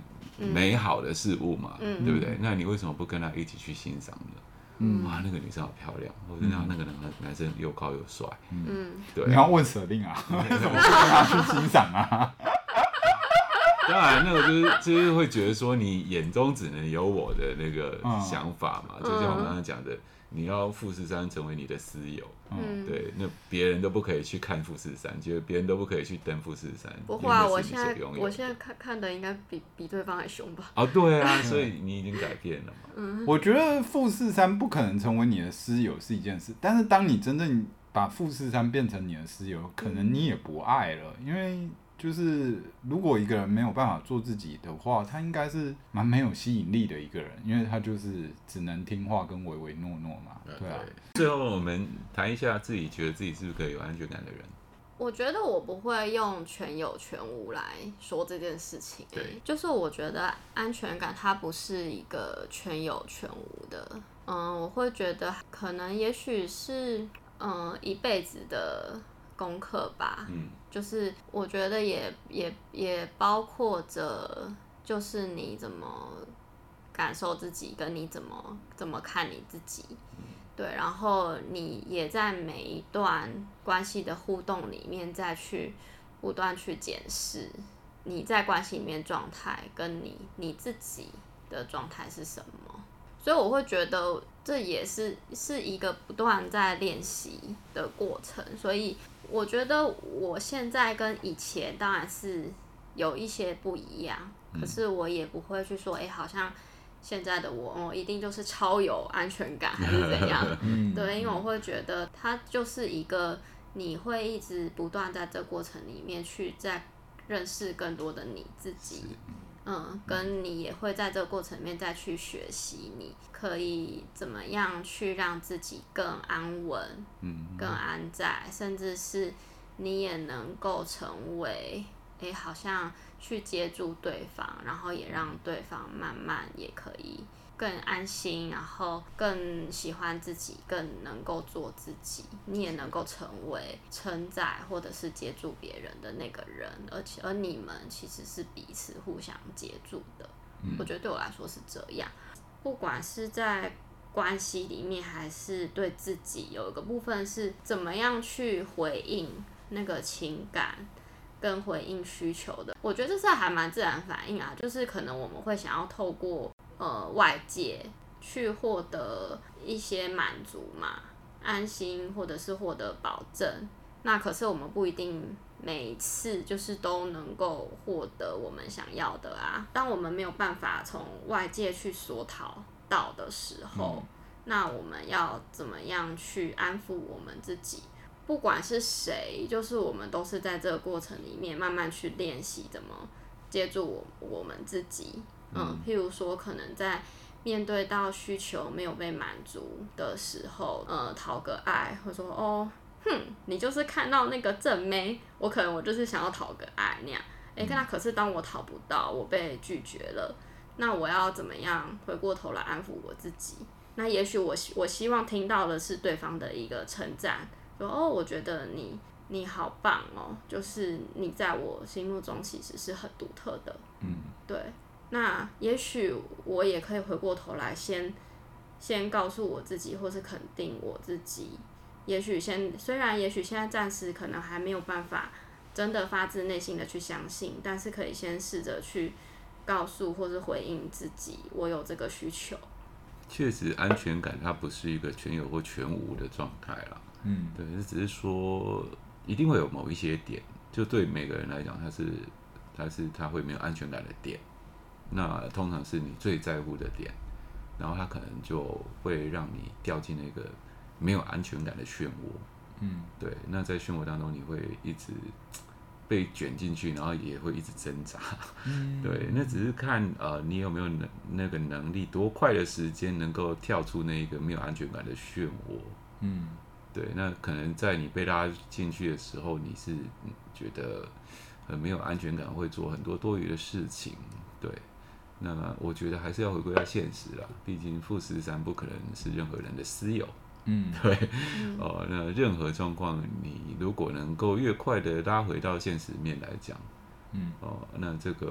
美好的事物嘛，对不对？那你为什么不跟他一起去欣赏呢？哇，那个女生好漂亮，或者那个男生又高又帅，对。 你要问舍令啊，为什么不跟他去欣赏啊？ 当然，那个就是会觉得说，你眼中只能有我的那个想法嘛，就像我刚刚讲的，你要富士山成为你的私有，对，那别人都不可以去看富士山，觉得别人都不可以去登富士山。 不会啊，我现在看的应该比对方还凶吧？ 哦，对啊，所以你已经改变了嘛。 我觉得富士山不可能成为你的私有是一件事，但是当你真正把富士山变成你的私有，可能你也不爱了，因为。就是如果一个人没有办法做自己的话，他应该是蛮没有吸引力的一个人，因为他就是只能听话跟唯唯诺诺嘛。对啊。 最后我们谈一下自己觉得自己是不是可以有安全感的人。 我觉得我不会用全有全无来说这件事情。对，就是我觉得安全感它不是一个全有全无的。我会觉得可能也许是一辈子的功课吧。就是我觉得也包括着，就是你怎么感受自己，跟你怎么看你自己，对，然后你也在每一段关系的互动里面再去不断去检视你在关系里面状态，跟你自己的状态是什么。所以我会觉得这也是一个不断在练习的过程，所以我觉得我现在跟以前当然是有一些不一样，可是我也不会去说，好像现在的我一定就是超有安全感还是怎样，对，因为我会觉得它就是一个你会一直不断在这过程里面去再认识更多的你自己。跟你也会在这个过程里面再去学习，你可以怎么样去让自己更安稳，更安在，甚至是你也能够成为，好像去接住对方，然后也让对方慢慢也可以更安心，然后更喜欢自己，更能够做自己，你也能够成为承载或者是接住别人的那个人，而你们其实是彼此互相接住的。我觉得对我来说是这样，不管是在关系里面，还是对自己，有一个部分是怎么样去回应那个情感跟回应需求的。我觉得这是还蛮自然反应啊，就是可能我们会想要透过外界去获得一些满足嘛，安心或者是获得保证。那可是我们不一定每一次就是都能够获得我们想要的啊。当我们没有办法从外界去索讨到的时候，那我们要怎么样去安抚我们自己？不管是谁，就是我们都是在这个过程里面慢慢去练习怎么接住我们自己。譬如说可能在面对到需求没有被满足的时候，讨个爱，或者说你就是看到那个正妹，我就是想要讨个爱那样，那可是当我讨不到，我被拒绝了，那我要怎么样回过头来安抚我自己？那也许我希望听到的是对方的一个称赞，说我觉得你好棒哦，就是你在我心目中其实是很独特的，对。那也许我也可以回过头来先告诉我自己，或是肯定我自己。虽然也许现在暂时可能还没有办法真的发自内心的去相信，但是可以先试着去告诉或是回应自己，我有这个需求。 确实，安全感它不是一个全有或全无的状态啦。对，只是说一定会有某一些点，就对每个人来讲，他会没有安全感的点。那通常是你最在乎的点，然后它可能就会让你掉进那个没有安全感的漩涡。对。那在漩涡当中，你会一直被卷进去，然后也会一直挣扎。对。那只是看你有没有那个能力，多快的时间能够跳出那个没有安全感的漩涡。对。那可能在你被拉进去的时候，你是觉得很没有安全感，会做很多多余的事情。对。那么我觉得还是要回归到现实啦，毕竟富士山不可能是任何人的私有。对。那任何状况，你如果能够越快的拉回到现实面来讲，那这个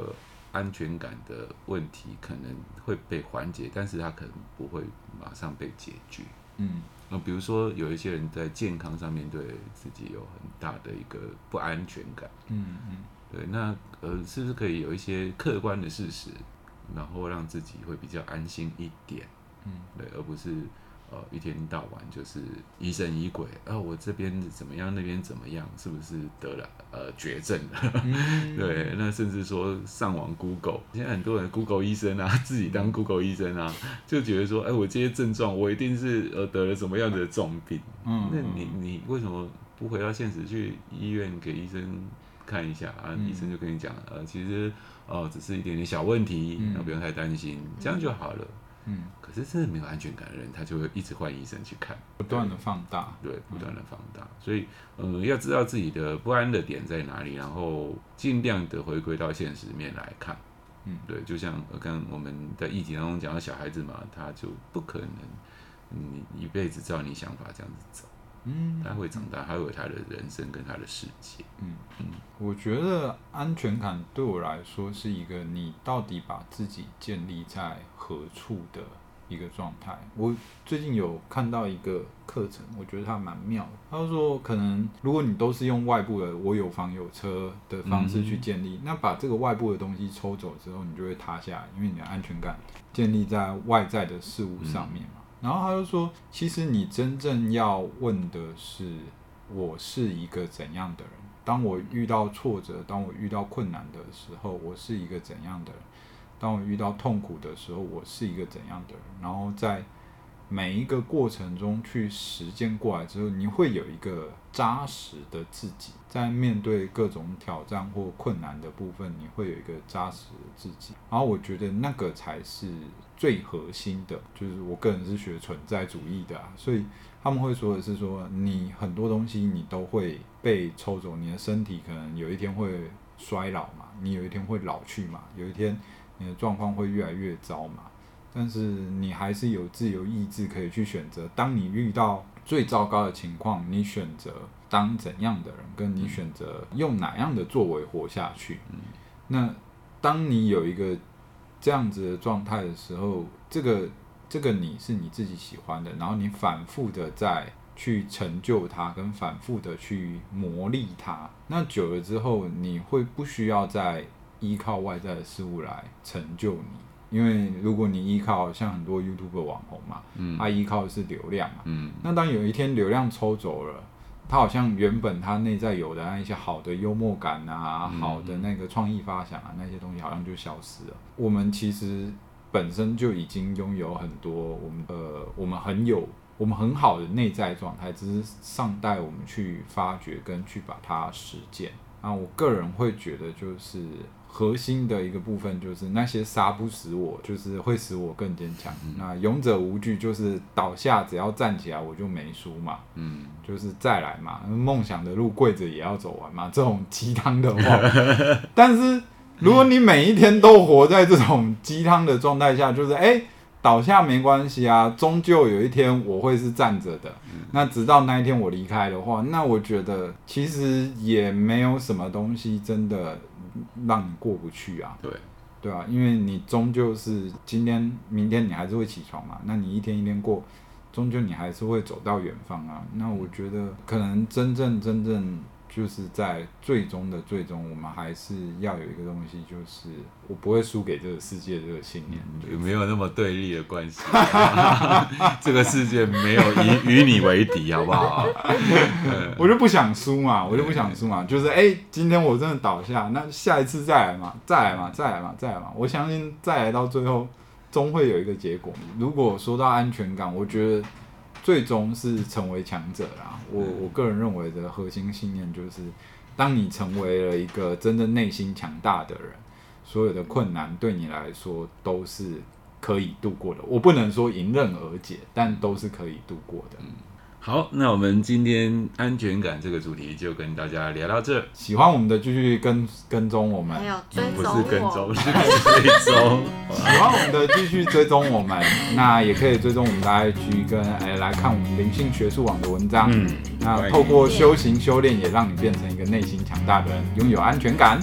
安全感的问题可能会被缓解，但是他可能不会马上被解决。比如说有一些人在健康上面对自己有很大的一个不安全感。对，那是不是可以有一些客观的事实，然后让自己会比较安心一点？对，而不是一天到晚就是疑神疑鬼，我这边怎么样，那边怎么样，是不是得了绝症了？对，那甚至说上网 Google， 现在很多人 Google 医生啊，自己当 Google 医生啊，就觉得说，我这些症状，我一定是得了什么样的重病。那你为什么不回到现实，去医院给医生看一下啊？医生就跟你讲，其实只是一点点小问题，不用太担心，这样就好了。可是真的没有安全感的人，他就会一直换医生去看， 不断的放大， 对，不断的放大。所以，要知道自己的不安的点在哪里，然后尽量的回归到现实面来看。对，就像刚我们在议题当中讲到小孩子嘛，他就不可能你一辈子照你想法这样子走。他会长大，他会有他的人生跟他的世界。 我觉得安全感对我来说是一个你到底把自己建立在何处的一个状态。我最近有看到一个课程，我觉得它蛮妙的。他说，可能如果你都是用外部的我有房有车的方式去建立，那把这个外部的东西抽走之后，你就会塌下来，因为你的安全感建立在外在的事物上面嘛。然后他就说，其实你真正要问的是，我是一个怎样的人？当我遇到挫折，当我遇到困难的时候，我是一个怎样的人？当我遇到痛苦的时候，我是一个怎样的人？然后在每一个过程中去实践过来之后，你会有一个扎实的自己，在面对各种挑战或困难的部分，你会有一个扎实的自己。然后我觉得那个才是最核心的，就是我个人是学存在主义的所以他们会说的是说，你很多东西你都会被抽走，你的身体可能有一天会衰老嘛，你有一天会老去嘛，有一天你的状况会越来越糟嘛，但是你还是有自由意志可以去选择，当你遇到最糟糕的情况，你选择当怎样的人，跟你选择用哪样的作为活下去。那当你有一个这样子的状态的时候，这个你是你自己喜欢的，然后你反复的再去成就它，跟反复的去磨砺它，那久了之后，你会不需要再依靠外在的事物来成就你。因为如果你依靠像很多 YouTube 网红嘛，他依靠的是流量嘛，那当有一天流量抽走了，他好像原本他内在有的那一些好的幽默感啊，好的那个创意发想啊，那些东西好像就消失了。我们其实本身就已经拥有很多我们很好的内在状态，只是尚待我们去发掘跟去把它实践。那我个人会觉得就是核心的一个部分就是那些杀不死我，就是会使我更坚强。那勇者无惧，就是倒下只要站起来我就没输嘛，就是再来嘛，梦想的路跪着也要走完嘛，这种鸡汤的话。但是如果你每一天都活在这种鸡汤的状态下，就是倒下没关系啊，终究有一天我会是站着的。那直到那一天我离开的话，那我觉得其实也没有什么东西真的让你过不去啊。对啊，因为你终究是今天明天你还是会起床嘛，那你一天一天过，终究你还是会走到远方啊。那我觉得可能真正就是在最终的最终，我们还是要有一个东西，就是我不会输给这个世界这个信念。 有没有那么对立的关系？这个世界没有与你为敌，好不好？ 我就不想输嘛，就是今天我真的倒下，那下一次再来嘛。我相信再来到最后，终会有一个结果。如果说到安全感，我觉得最终是成为强者啦。我个人认为的核心信念就是，当你成为了一个真正内心强大的人，所有的困难对你来说都是可以度过的。我不能说迎刃而解，但都是可以度过的。 好，那我们今天安全感这个主题就跟大家聊到这。 喜欢我们的继续跟踪我们， 还有追踪不是跟踪，是追踪。 喜欢我们的继续追踪我们，那也可以追踪我们的 IG 跟来看我们灵性学术网的文章。那透过修行修炼，也让你变成一个内心强大的人，拥有安全感。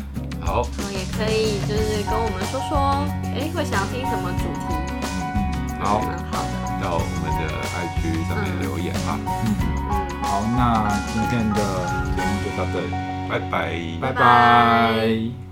好， 也可以就是跟我们说说，会想听什么主题？ 好， 蛮好的。 到我们的IG 上面留言哈。 好，那今天的节目就到这里， 拜拜， 拜拜。